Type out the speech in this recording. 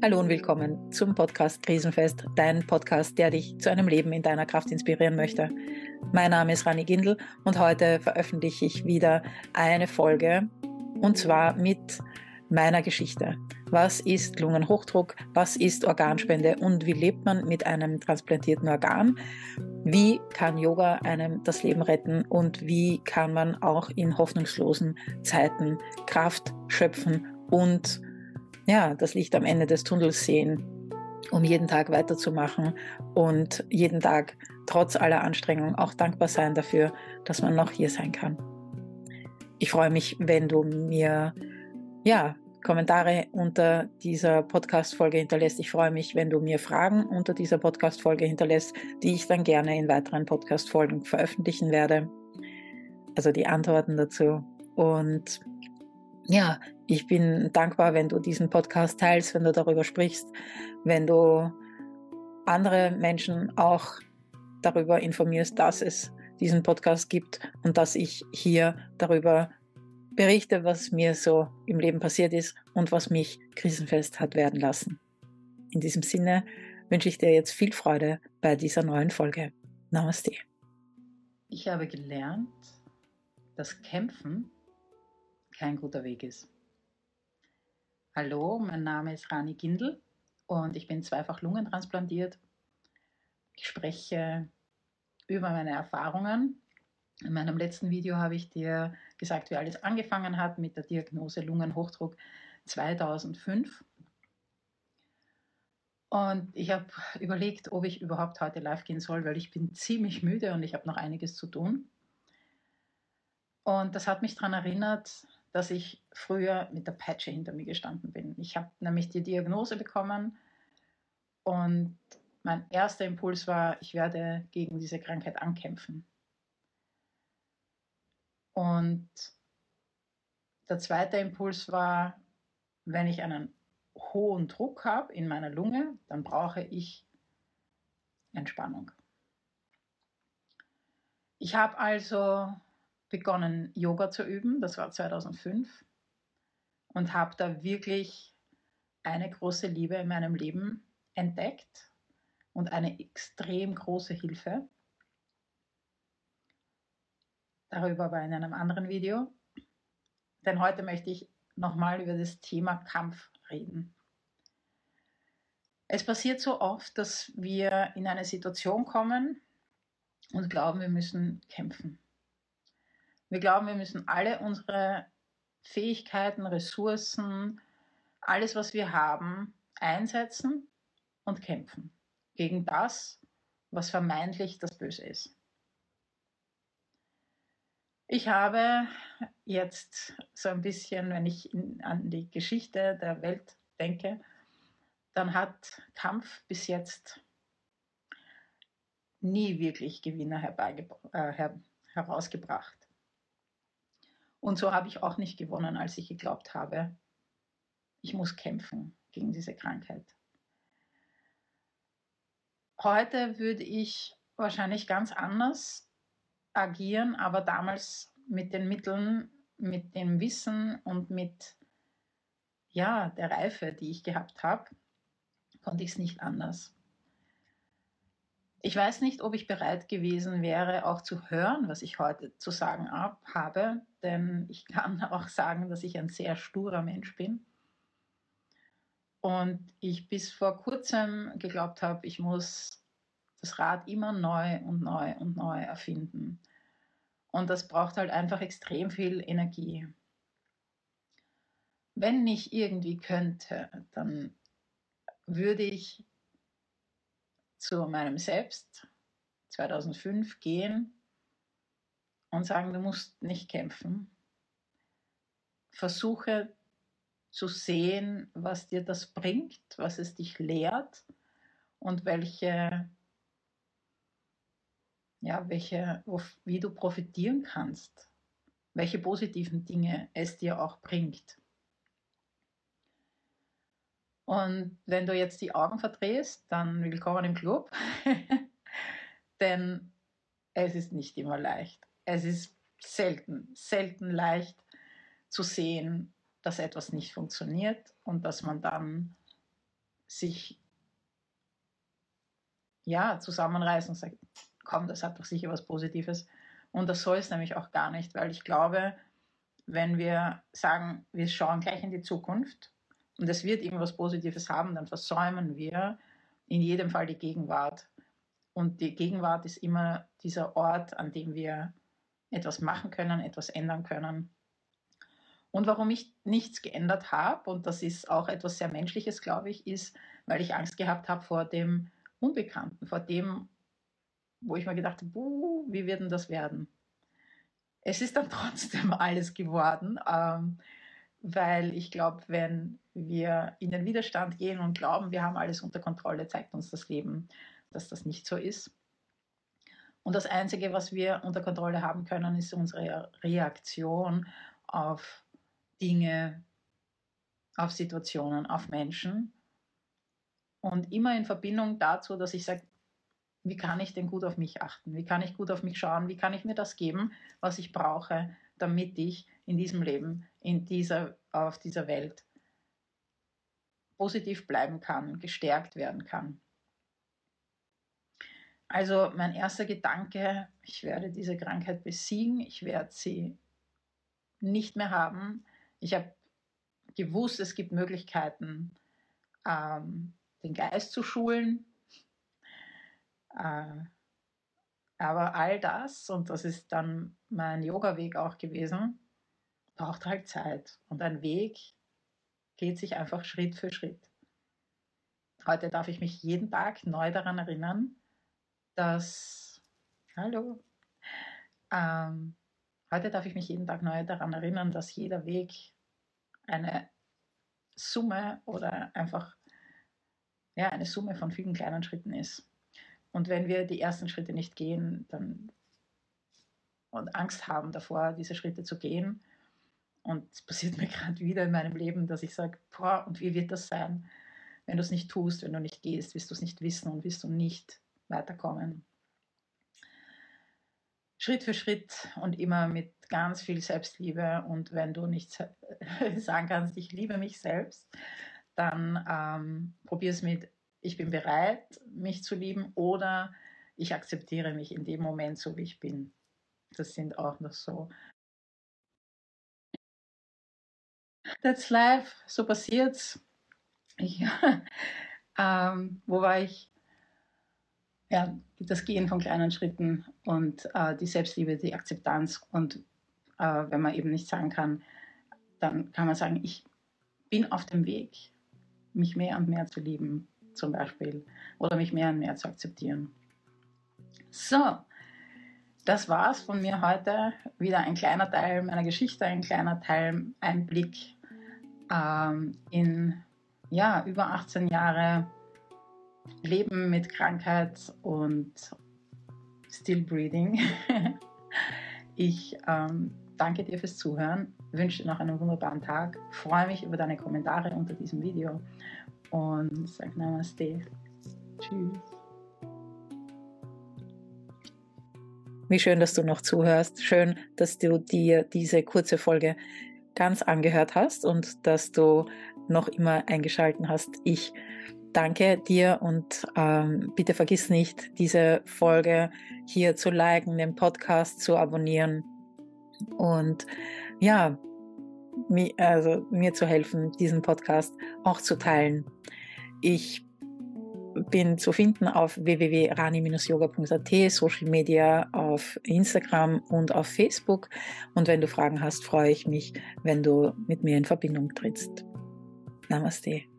Hallo und willkommen zum Podcast Krisenfest, dein Podcast, der dich zu einem Leben in deiner Kraft inspirieren möchte. Mein Name ist Rani Gindl und heute veröffentliche ich wieder eine Folge und zwar mit meiner Geschichte. Was ist Lungenhochdruck? Was ist Organspende? Und wie lebt man mit einem transplantierten Organ? Wie kann Yoga einem das Leben retten? Und wie kann man auch in hoffnungslosen Zeiten Kraft schöpfen und das Licht am Ende des Tunnels sehen, um jeden Tag weiterzumachen und jeden Tag trotz aller Anstrengung auch dankbar sein dafür, dass man noch hier sein kann. Ich freue mich, wenn du mir Kommentare unter dieser Podcast-Folge hinterlässt. Ich freue mich, wenn du mir Fragen unter dieser Podcast-Folge hinterlässt, die ich dann gerne in weiteren Podcast-Folgen veröffentlichen werde. Also die Antworten dazu. Und ja, ich bin dankbar, wenn du diesen Podcast teilst, wenn du darüber sprichst, wenn du andere Menschen auch darüber informierst, dass es diesen Podcast gibt und dass ich hier darüber berichte, was mir so im Leben passiert ist und was mich krisenfest hat werden lassen. In diesem Sinne wünsche ich dir jetzt viel Freude bei dieser neuen Folge. Namaste. Ich habe gelernt, dass Kämpfen kein guter Weg ist. Hallo, mein Name ist Rani Gindl und ich bin zweifach lungentransplantiert. Ich spreche über meine Erfahrungen. In meinem letzten Video habe ich dir gesagt, wie alles angefangen hat mit der Diagnose Lungenhochdruck 2005. Und ich habe überlegt, ob ich überhaupt heute live gehen soll, weil ich bin ziemlich müde und ich habe noch einiges zu tun. Und das hat mich daran erinnert, dass ich früher mit der Peitsche hinter mir gestanden bin. Ich habe nämlich die Diagnose bekommen und mein erster Impuls war, ich werde gegen diese Krankheit ankämpfen. Und der zweite Impuls war, wenn ich einen hohen Druck habe in meiner Lunge, dann brauche ich Entspannung. Ich habe also begonnen, Yoga zu üben, das war 2005, und habe da wirklich eine große Liebe in meinem Leben entdeckt und eine extrem große Hilfe. Darüber war in einem anderen Video. Denn heute möchte ich nochmal über das Thema Kampf reden. Es passiert so oft, dass wir in eine Situation kommen und glauben, wir müssen kämpfen. Wir glauben, wir müssen alle unsere Fähigkeiten, Ressourcen, alles, was wir haben, einsetzen und kämpfen gegen das, was vermeintlich das Böse ist. Ich habe jetzt so ein bisschen, wenn ich an die Geschichte der Welt denke, dann hat Kampf bis jetzt nie wirklich Gewinner herausgebracht. Und so habe ich auch nicht gewonnen, als ich geglaubt habe, ich muss kämpfen gegen diese Krankheit. Heute würde ich wahrscheinlich ganz anders agieren, aber damals mit den Mitteln, mit dem Wissen und mit der Reife, die ich gehabt habe, konnte ich es nicht anders. Ich weiß nicht, ob ich bereit gewesen wäre, auch zu hören, was ich heute zu sagen habe, denn ich kann auch sagen, dass ich ein sehr sturer Mensch bin und ich bis vor kurzem geglaubt habe, ich muss das Rad immer neu und neu und neu erfinden. Und das braucht halt einfach extrem viel Energie. Wenn ich irgendwie könnte, dann würde ich zu meinem Selbst 2005 gehen und sagen, du musst nicht kämpfen. Versuche zu sehen, was dir das bringt, was es dich lehrt und wie du profitieren kannst, welche positiven Dinge es dir auch bringt. Und wenn du jetzt die Augen verdrehst, dann willkommen im Club, denn es ist nicht immer leicht. Es ist selten leicht zu sehen, dass etwas nicht funktioniert und dass man dann sich zusammenreißen und sagt, komm, das hat doch sicher was Positives. Und das soll es nämlich auch gar nicht, weil ich glaube, wenn wir sagen, wir schauen gleich in die Zukunft und es wird irgendwas Positives haben, dann versäumen wir in jedem Fall die Gegenwart. Und die Gegenwart ist immer dieser Ort, an dem wir etwas machen können, etwas ändern können. Und warum ich nichts geändert habe, und das ist auch etwas sehr Menschliches, glaube ich, ist, weil ich Angst gehabt habe vor dem Unbekannten, vor dem, wo ich mir gedacht habe, wie wird denn das werden? Es ist dann trotzdem alles geworden, weil ich glaube, wenn wir in den Widerstand gehen und glauben, wir haben alles unter Kontrolle, zeigt uns das Leben, dass das nicht so ist. Und das Einzige, was wir unter Kontrolle haben können, ist unsere Reaktion auf Dinge, auf Situationen, auf Menschen. Und immer in Verbindung dazu, dass ich sage, wie kann ich denn gut auf mich achten? Wie kann ich gut auf mich schauen? Wie kann ich mir das geben, was ich brauche, damit ich in diesem Leben, auf dieser Welt positiv bleiben kann, gestärkt werden kann? Also mein erster Gedanke, ich werde diese Krankheit besiegen, ich werde sie nicht mehr haben. Ich habe gewusst, es gibt Möglichkeiten, den Geist zu schulen. Aber all das, und das ist dann mein Yoga-Weg auch gewesen, braucht halt Zeit. Und ein Weg geht sich einfach Schritt für Schritt. Heute darf ich mich jeden Tag neu daran erinnern, heute darf ich mich jeden Tag neu daran erinnern, dass jeder Weg eine Summe oder einfach eine Summe von vielen kleinen Schritten ist. Und wenn wir die ersten Schritte nicht gehen und Angst haben davor, diese Schritte zu gehen, und es passiert mir gerade wieder in meinem Leben, dass ich sage, und wie wird das sein? Wenn du es nicht tust, wenn du nicht gehst, wirst du es nicht wissen und wirst du nicht weiterkommen. Schritt für Schritt und immer mit ganz viel Selbstliebe. Und wenn du nicht sagen kannst, ich liebe mich selbst, dann probier es mit, ich bin bereit, mich zu lieben, oder ich akzeptiere mich in dem Moment so, wie ich bin. Das sind auch noch so. That's life, so passiert's. Wo war ich? Ja, das Gehen von kleinen Schritten und die Selbstliebe, die Akzeptanz. Und wenn man eben nicht sagen kann, dann kann man sagen, ich bin auf dem Weg, mich mehr und mehr zu lieben, zum Beispiel, oder mich mehr und mehr zu akzeptieren. So, das war's von mir heute. Wieder ein kleiner Teil meiner Geschichte, ein kleiner Teil, Einblick in über 18 Jahre Leben mit Krankheit und Still Breathing. Ich danke dir fürs Zuhören, wünsche dir noch einen wunderbaren Tag, freue mich über deine Kommentare unter diesem Video und sage Namaste. Tschüss. Wie schön, dass du noch zuhörst. Schön, dass du dir diese kurze Folge ganz angehört hast und dass du noch immer eingeschaltet hast. Ich danke dir und bitte vergiss nicht, diese Folge hier zu liken, den Podcast zu abonnieren und mir zu helfen, diesen Podcast auch zu teilen. Ich bin zu finden auf www.rani-yoga.at, Social Media, auf Instagram und auf Facebook. Und wenn du Fragen hast, freue ich mich, wenn du mit mir in Verbindung trittst. Namaste.